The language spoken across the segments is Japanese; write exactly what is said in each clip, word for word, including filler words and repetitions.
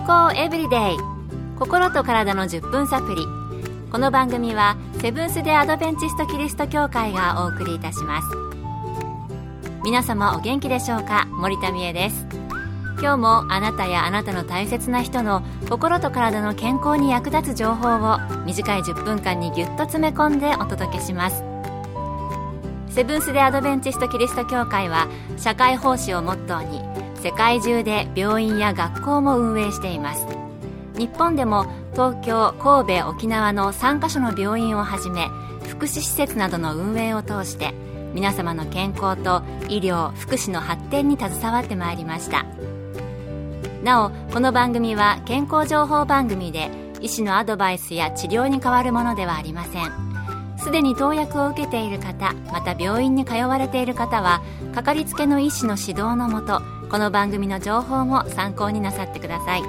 康エブリデイ、心と体のじゅっぷんサプリ。この番組はセブンス・デ・アドベンチスト・キリスト教会がお送りいたします。皆様お元気でしょうか。森田美恵です。今日もあなたやあなたの大切な人の心と体の健康に役立つ情報を短いじゅっぷんかんにぎゅっと詰め込んでお届けします。セブンス・デ・アドベンチスト・キリスト教会は社会奉仕をモットーに世界中で病院や学校も運営しています。日本でも東京、神戸、沖縄のさんカ所の病院をはじめ福祉施設などの運営を通して皆様の健康と医療・福祉の発展に携わってまいりました。なお、この番組は健康情報番組で医師のアドバイスや治療に代わるものではありません。すでに投薬を受けている方、また病院に通われている方はかかりつけの医師の指導のもと、この番組の情報も参考になさってください。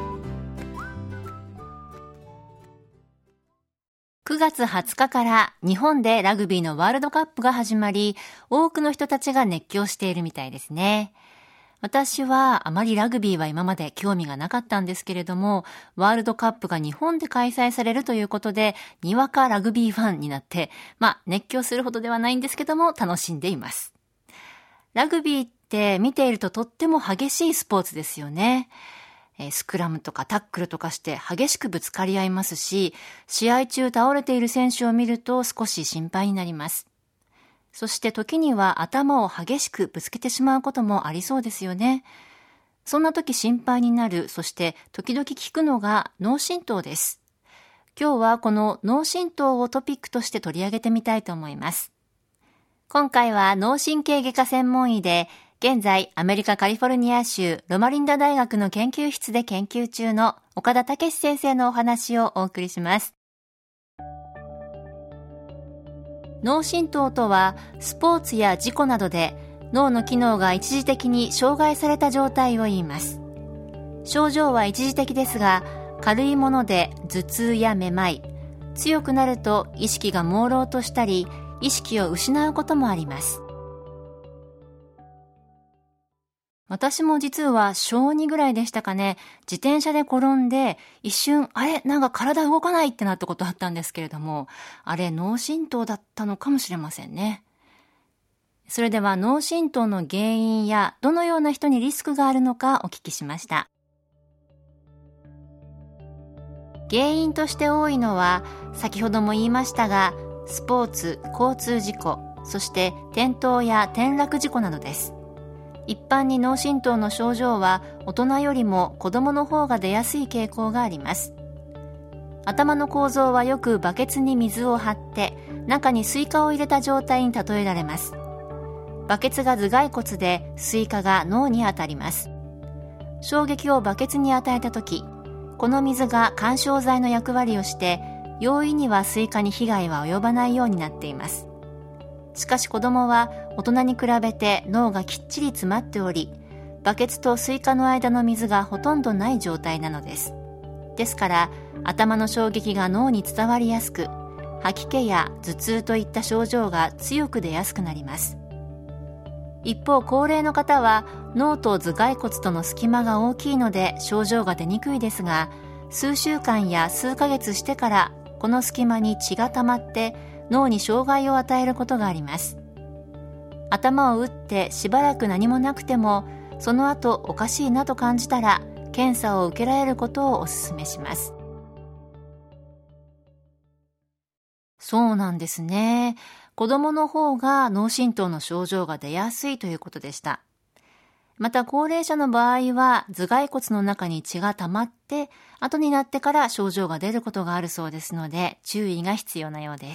くがつはつかから日本でラグビーのワールドカップが始まり、多くの人たちが熱狂しているみたいですね。私はあまりラグビーは今まで興味がなかったんですけれども、ワールドカップが日本で開催されるということで、にわかラグビーファンになって、まあ熱狂するほどではないんですけども楽しんでいます。ラグビーって見ているととっても激しいスポーツですよね。スクラムとかタックルとかして激しくぶつかり合いますし、試合中倒れている選手を見ると少し心配になります。そして時には頭を激しくぶつけてしまうこともありそうですよね。そんな時心配になる、そして時々聞くのが脳震盪です。今日はこの脳震盪をトピックとして取り上げてみたいと思います。今回は脳神経外科専門医で、現在アメリカカリフォルニア州ロマリンダ大学の研究室で研究中の岡田武史先生のお話をお送りします。脳震盪とは、スポーツや事故などで脳の機能が一時的に障害された状態を言います。症状は一時的ですが、軽いもので頭痛やめまい、強くなると意識が朦朧としたり、意識を失うこともあります。私も実は小にぐらいでしたかね、自転車で転んで一瞬あれなんか体動かないってなったことあったんですけれども、あれ脳震盪だったのかもしれませんね。それでは脳震盪の原因やどのような人にリスクがあるのかお聞きしました。原因として多いのは先ほども言いましたが、スポーツ、交通事故、そして転倒や転落事故などです。一般に脳震盪の症状は大人よりも子供の方が出やすい傾向があります。頭の構造はよくバケツに水を張って中にスイカを入れた状態に例えられます。バケツが頭蓋骨でスイカが脳に当たります。衝撃をバケツに与えたとき、この水が緩衝材の役割をして容易にはスイカに被害は及ばないようになっています。しかし子供は大人に比べて脳がきっちり詰まっており、バケツとスイカの間の水がほとんどない状態なのです。ですから頭の衝撃が脳に伝わりやすく、吐き気や頭痛といった症状が強く出やすくなります。一方、高齢の方は脳と頭蓋骨との隙間が大きいので症状が出にくいですが、数週間や数ヶ月してからこの隙間に血が溜まって脳に障害を与えることがあります。頭を打ってしばらく何もなくても、その後おかしいなと感じたら検査を受けられることをお勧めします。そうなんですね。子供の方が脳震盪の症状が出やすいということでした。また高齢者の場合は頭蓋骨の中に血が溜まって後になってから症状が出ることがあるそうですので、注意が必要なようです。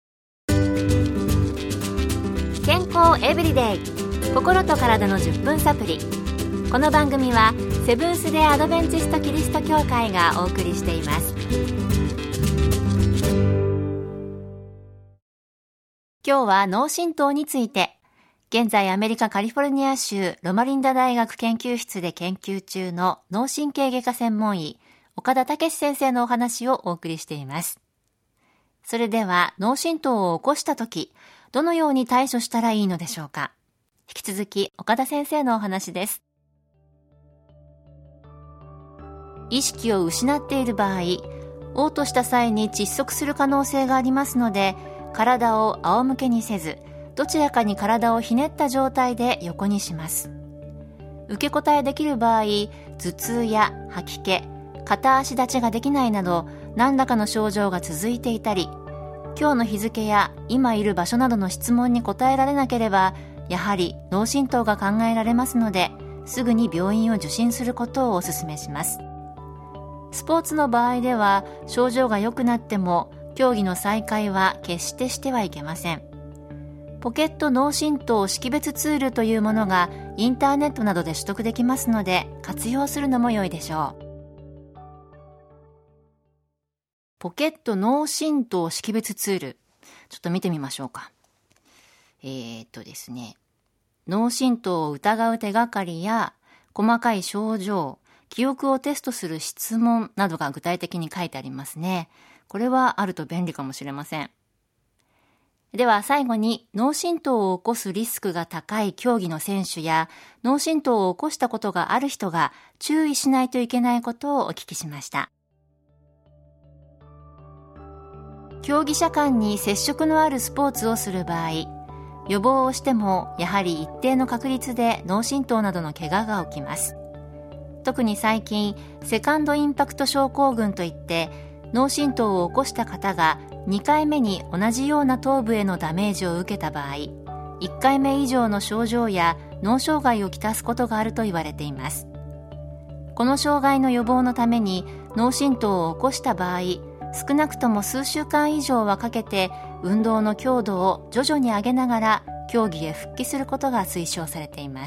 健康エブリデイ、心と体のじゅっぷんサプリ。この番組はセブンス・デ・アドベンチスト・キリスト教会がお送りしています。今日は脳震盪について、現在アメリカカリフォルニア州ロマリンダ大学研究室で研究中の脳神経外科専門医岡田武史先生のお話をお送りしています。それでは脳震盪を起こしたとき、どのように対処したらいいのでしょうか。引き続き岡田先生のお話です。 意識を失っている場合、嘔吐した際に窒息する可能性がありますので、体を仰向けにせず、どちらかに体をひねった状態で横にします。受け答えできる場合、頭痛や吐き気、片足立ちができないなど何らかの症状が続いていたり、今日の日付や今いる場所などの質問に答えられなければ、やはり脳震盪が考えられますので、すぐに病院を受診することをお勧めします。スポーツの場合では、症状が良くなっても競技の再開は決してしてはいけません。ポケット脳震盪識別ツールというものがインターネットなどで取得できますので、活用するのも良いでしょう。ポケット脳震盪識別ツール、ちょっと見てみましょうか。えーっとですね、脳震盪を疑う手がかりや細かい症状、記憶をテストする質問などが具体的に書いてありますね。これはあると便利かもしれません。では最後に、脳震盪を起こすリスクが高い競技の選手や脳震盪を起こしたことがある人が注意しないといけないことをお聞きしました。競技者間に接触のあるスポーツをする場合、予防をしてもやはり一定の確率で脳震盪などの怪我が起きます。特に最近、セカンドインパクト症候群といって脳震盪を起こした方がにかいめに同じような頭部へのダメージを受けた場合、いっかいめ以上の症状や脳障害をきたすことがあると言われています。この障害の予防のために脳震盪を起こした場合、少なくとも数週間以上はかけて運動の強度を徐々に上げながら競技へ復帰することが推奨されています。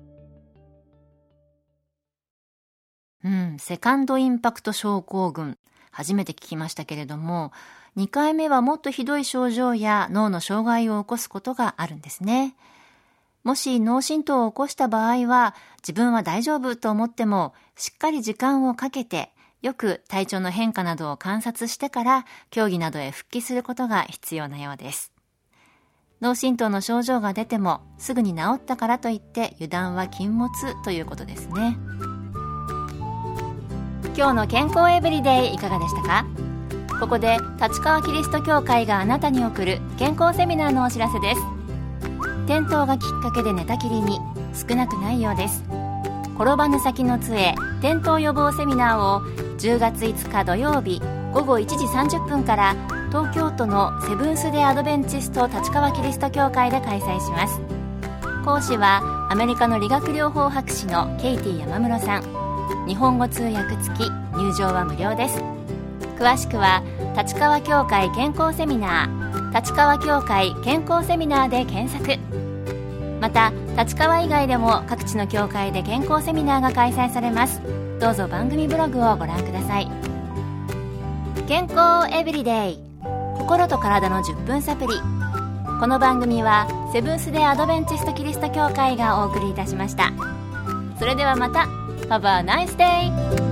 うん、セカンドインパクト症候群、初めて聞きましたけれども、にかいめはもっとひどい症状や脳の障害を起こすことがあるんですね。もし脳震盪を起こした場合は、自分は大丈夫と思っても、しっかり時間をかけて、よく体調の変化などを観察してから競技などへ復帰することが必要なようです。脳震盪の症状が出てもすぐに治ったからといって油断は禁物ということですね。今日の健康エブリデイいかがでしたか？ここで立川キリスト教会があなたに送る健康セミナーのお知らせです。転倒がきっかけで寝たきりに少なくないようです。転ばぬ先の杖転倒予防セミナーをじゅうがついつか土曜日ごごいちじさんじゅっぷんから東京都のセブンス・デ・アドベンチスト立川キリスト教会で開催します。講師はアメリカの理学療法博士のケイティ山室さん。日本語通訳付き、入場は無料です。詳しくは立川教会健康セミナー、立川教会健康セミナーで検索。また立川以外でも各地の教会で健康セミナーが開催されます。どうぞ番組ブログをご覧ください。健康エブリデイ、心と体のじゅっぷんサプリ。この番組はセブンス・デ・アドベンチスト・キリスト教会がお送りいたしました。それではまた。Have a nice day!